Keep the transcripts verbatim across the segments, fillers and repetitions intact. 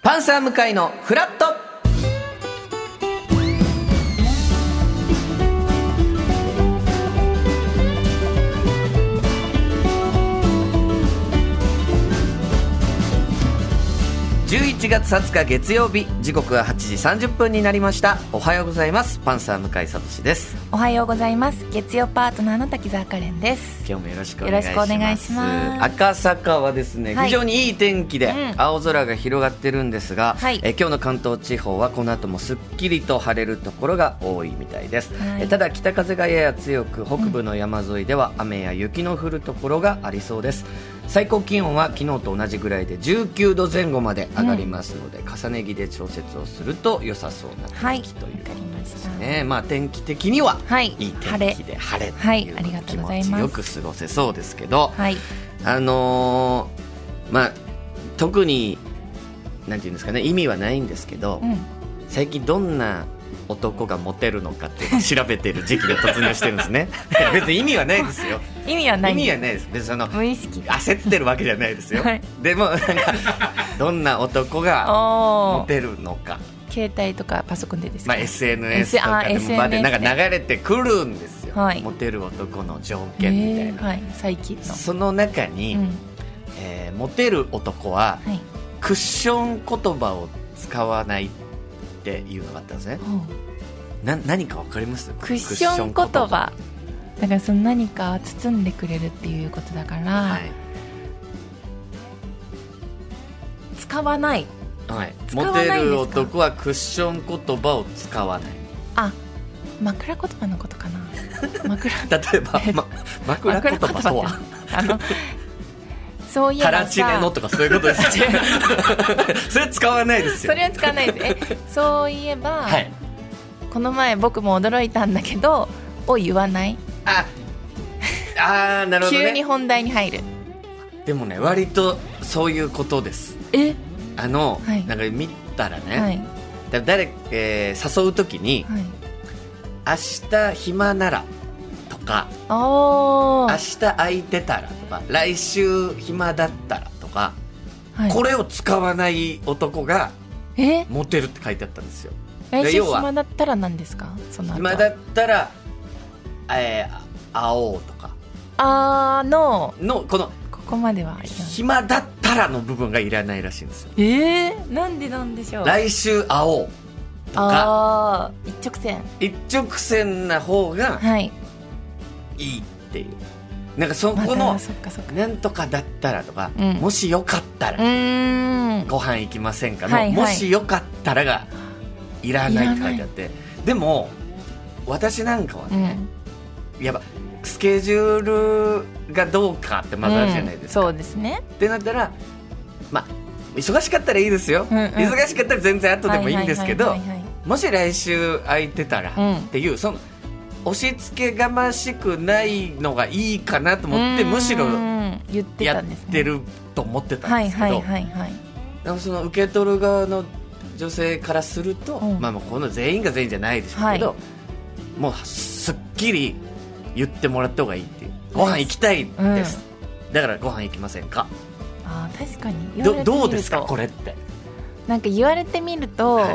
パンサー向井のフラット。じゅういちがつはつか月曜日、時刻ははちじさんじゅっぷんになりました。おはようございます。パンサー向井聡です。 おはようございます。月曜パートナーの滝沢カレンです。 今日もよろしくお願いします。 よろしくお願いします。 赤坂はですね、はい、非常にいい天気で青空が広がってるんですが、はい、え今日の関東地方はこの後もすっきりと晴れるところが多いみたいです、はい、えただ北風がやや強く北部の山沿いでは雨や雪の降るところがありそうです。最高気温は昨日と同じぐらいでじゅうきゅうどぜん後まで上がりますので、うん、重ね着で調節をすると良さそうな天気ということですね、はい、まあ、天気的にはいい天気で晴れという気持ちよく過ごせそうですけど、はい、あのー、まあ特になんていうんですかね、意味はないんですけど、うん、最近どんな男がモテるのかっていうのを調べてる時期で突入してるんですね別に意味はないですよ。 意味はない意味はないです。別にその無意識焦ってるわけじゃないですよ、はい、でもなんかどんな男がモテるのか、 携帯とかパソコンでですか、 まあ、エスエヌエス とかでもまでなんか流れてくるんですよ、はい、モテる男の条件みたいな、えーはい、 最近のその中に、うん、えー、モテる男は、はい、クッション言葉を使わないっていうのがあったんですね、うん、な何か分かります？ クッション言葉だからその何か包んでくれるっていうことだから、はい、使わない、 はい、モテる男はクッション言葉を使わない。 あ、枕言葉のことかな枕例えば、ま、枕言葉とはあのそういえばさ、 タラチネのとかそういうことですそれ使わないですよ。 それは使わないですえそういえば、はい、この前僕も驚いたんだけどを言わない。 ああ、なるほどね。 急に本題に入る。でもね、割とそういうことです。 えあの、はい、なんか見たらね、はい、だ誰、えー、誘うときに、はい、明日暇ならとか、明日空いてたらとか、来週暇だったらとか、はい、これを使わない男がモテるって書いてあったんですよ。 来週暇だったら何ですか？その後暇だったら、えー、会おうとか、 あーののこのここまでは暇だったらの部分がいらないらしいんですよ。 えー、なんでなんでしょう。 来週会おうとか、 あ一直線一直線な方がいいっていう、はい、なんかそこの、ま、なんとかだったらとか、うん、もしよかったらうーんご飯行きませんかの、はいはい、もしよかったらがいらないって書いてあって、でも私なんかはね、うん、やっぱスケジュールがどうかってまずあるじゃないですか、 うん、そうですね。 ってなったら、まあ忙しかったらいいですよ、うんうん、忙しかったら全然後でもいいんですけど、もし来週空いてたらっていう、うん、その押し付けがましくないのがいいかなと思って、むしろやってると思ってたんですけど、はいはいはいはい、でもその受け取る側の女性からすると、うん、まあ、もうこの全員が全員じゃないでしょうけど、はい、もうすっきり言ってもらった方がいいっていう、ご飯行きたいです、うん、だからご飯行きませんか。 あ、確かに言われてみると ど, どうですかこれって。 なんか言われてみると、はい、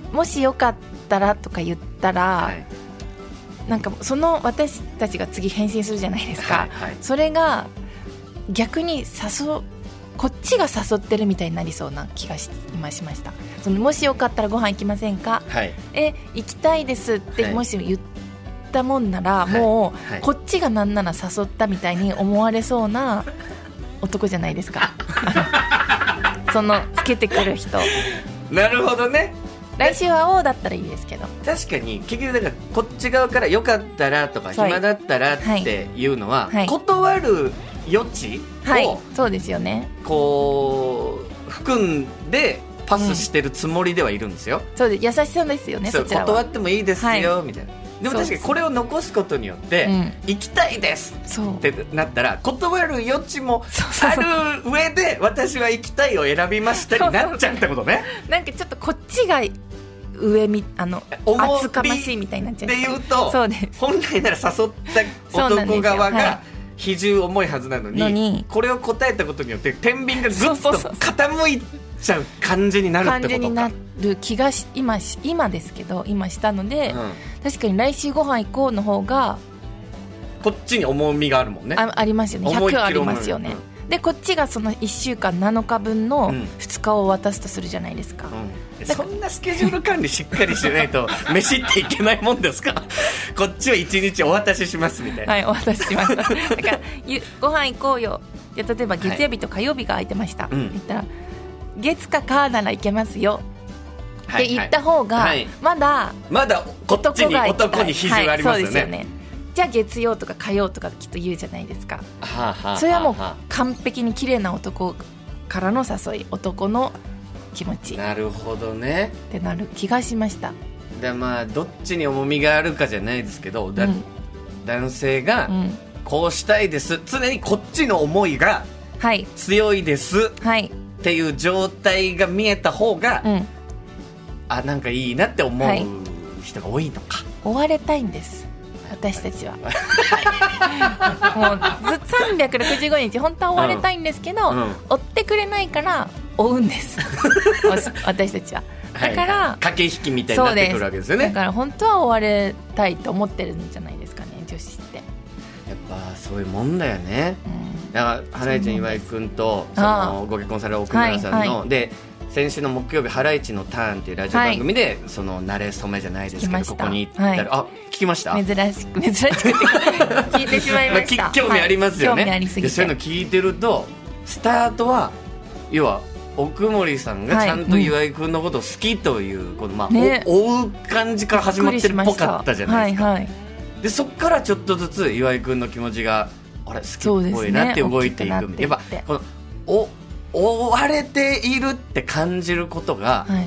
もしよかったらとか言ったら、はい、なんかその私たちが次返信するじゃないですか、はいはい、それが逆に誘こっちが誘ってるみたいになりそうな気がし今しました。そのもしよかったらご飯行きませんか、はい、え行きたいですってもし言ったもんなら、はい、もう、はい、こっちがなんなら誘ったみたいに思われそうな男じゃないですかそのつけてくる人。 なるほどね。 来週会おうだったらいいですけど、 確かに結局だからこっち側からよかったらとか暇だったらっていうのは、はい、断る余地を、はい、そうですよね、こう含んでパスしてるつもりではいるんですよ、うん、そうで優しさですよね。そちらは断ってもいいですよ、はい、みたいな。でも確かにこれを残すことによって、うん、行きたいですってなったら断る余地もある上で私は行きたいを選びましたになっちゃうってことね。 なんかちょっとこっちが上みあの厚かましいみたいになっちゃう。 で言うと、そうです。本来なら誘った男側が比重重いはずなの に, のにこれを答えたことによって天秤がずっと傾いちゃう感じになるってことか。 感じになる気がし 今, 今ですけど今したので、うん、確かに来週ご飯行こうの方がこっちに重みがあるもんね。 あ, ありますよね。ひゃくありますよね、うん、でこっちがそのいっしゅうかんなのかぶんのふつかを渡すとするじゃないですか、 うん、そんなスケジュール管理しっかりしてないと飯っていけないもんですかこっちはいちにちお渡ししますみたいな。 はい、お渡ししますだからご飯行こうよ。例えば月曜日と火曜日が空いてました、はい、言ったら月か火なら行けますよって言った方が、はいはい、まだまだこっちに男に比重ありますよね、はい、そうですよね。 じゃあ月曜とか火曜とかきっと言うじゃないですか。はあはあ、それはもう完璧に綺麗な男からの誘い、男の気持ち。 なるほどねってなる気がしました。 で、まあ、どっちに重みがあるかじゃないですけど、だ、うん、男性がこうしたいです、うん、常にこっちの思いが強いです、はい、っていう状態が見えた方が、うん、あ、なんかいいなって思う人が多いのか。 追われたいんです私たちはもうずさんびゃくろくじゅうごにち本当は追われたいんですけど、うんうん、追ってくれないから追うんです私たちは。だから、はい、 駆け引きみたいになってくるわけですよね。 だから本当は追われたいと思ってるんじゃないですかね、女子って。 やっぱそういうもんだよね、うん、だからハライチの岩井君とそのご結婚される奥村さんの、はいはい、で先週の木曜日ハライチのターンっていうラジオ番組で、はい、その慣れ初めじゃないですけどここに行ったら、はい、あ、聞きました。 珍しく珍しく聞いてしまいました、 まあ、興味ありますよね、 はい、興味ありすぎて。 そういうの聞いてるとスタートは要は奥森さんがちゃんと岩井君のことを好きという、この、まあね、追う感じから始まってるっぽかったじゃないですか、はいはい、でそっからちょっとずつ岩井君の気持ちがあれ好きっぽいなって動いていくみたいな、やっぱこのお追われているって感じることが、はい、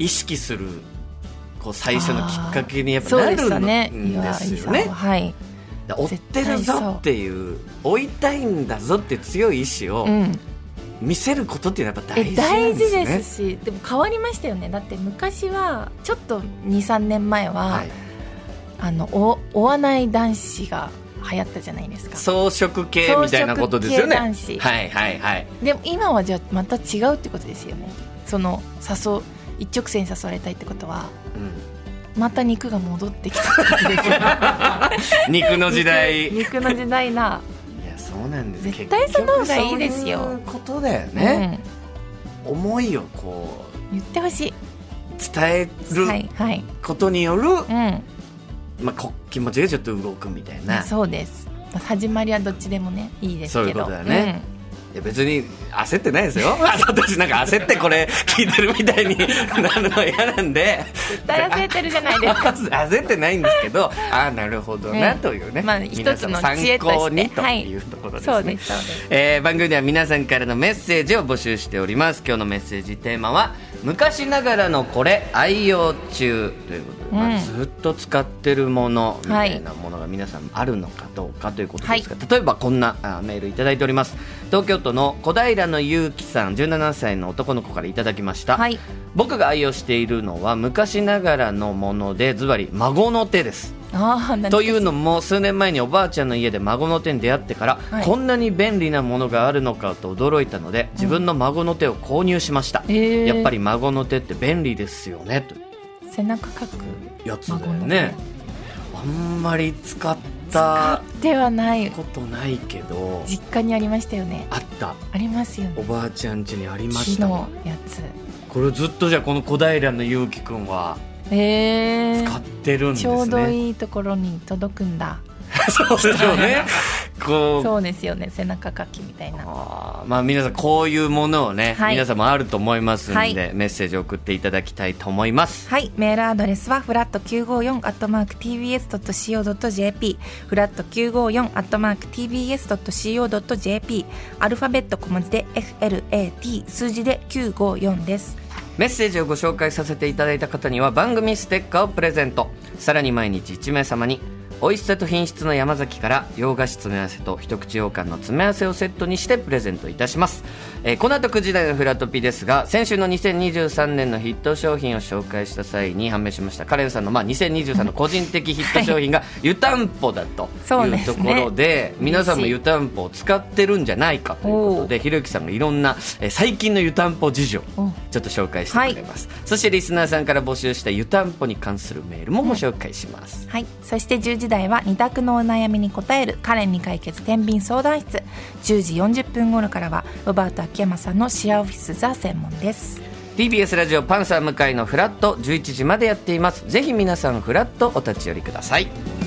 意識するこう最初のきっかけにやっぱなるんですよね。はい、追ってるぞっていう追いたいんだぞっていう強い意志を、うん見せることっていうのはやっぱ大事なんですね。 大事ですし、でも変わりましたよね。だって昔はちょっと に,さん 年前は、はい、あの追追わない男子が流行ったじゃないですか。 草食系みたいなことですよね。 草食系男子、 はいはいはい。 でも今はじゃあまた違うってことですよね。その誘一直線に誘われたいってことは、うん、また肉が戻ってきたってことですよ肉の時代肉の時代な。 そうなんです。 絶対その方がいいですよ。 そういうことだよね、うん、思いをこう言ってほしい、 伝えることによる、はいはい、うん、まあ、気持ちがちょっと動くみたいな。 そうです。始まりはどっちでもねいいですけど、そういうことだね、 うん、いや別に焦ってないですよ私なんか焦ってこれ聞いてるみたいになるの嫌なんで絶対焦ってるじゃないですか焦ってないんですけど、ああなるほどなというね、 まあ、一つの知恵として参考にというところですね、 はい、そうですそうです、 えー、番組では皆さんからのメッセージを募集しております。今日のメッセージテーマは昔ながらのこれ愛用中ということで、うん、まあ、ずっと使ってるものみたいなものが皆さんあるのかどうかということですが、はい、例えばこんなあメールいただいております。東京都の小平のゆうきさん、じゅうななさいの男の子からいただきました、はい、僕が愛用しているのは昔ながらのものでズバリ孫の手です。あというのも数年前におばあちゃんの家で孫の手に出会ってから、はい、こんなに便利なものがあるのかと驚いたので自分の孫の手を購入しました、うん、やっぱり孫の手って便利ですよねと。 背中かくやつだよね。あんまり使った使ってはないことないけど実家にありましたよね。 あったありますよね。 おばあちゃん家にありました。 木のやつ。 これをずっとじゃあこの小平のゆうきくんはえー、 使ってるんですね。 ちょうどいいところに届くんだそうでしょうねこうそうですよね。背中かきみたいな。 あ、まあ、皆さんこういうものをね、はい、皆さんもあると思いますので、はい、メッセージを送っていただきたいと思います。 はい、メールアドレスはフラットきゅうごよんアットマーク ティービーエスドットシーオードットジェーピー フラットきゅうごよんアットマーク ティービーエスドットシーオードットジェーピー アルファベット小文字で エフエルエーティー 数字できゅうごよんです。 メッセージをご紹介させていただいた方には番組ステッカーをプレゼント。さらに毎日いち名様に美味しさと品質の山崎から洋菓子詰め合わせと一口羊羹の詰め合わせをセットにしてプレゼントいたします。えー、この後くじ台のフラトピですが、先週のにせんにじゅうさんねんのヒット商品を紹介した際に判明しましたカレンさんの、まあ、にせんにじゅうさんの個人的ヒット商品が湯たんぽだというところ で, で、ね、皆さんも湯たんぽを使ってるんじゃないかということで、ひろゆきさんがいろんな、えー、最近の湯たんぽ事情ちょっと紹介してくれます、はい、そしてリスナーさんから募集した湯たんぽに関するメールもご紹介します、 はい、そしてじゅうじ台はに択のお悩みに答えるカレンに解決天秤相談室。じゅうじよんじゅっぷん頃からはロバート秋山さんのシェアオフィスザ専門です。 ティービーエス ラジオパンサー向井のフラットじゅういちじまでやっています。ぜひ皆さんフラットお立ち寄りください。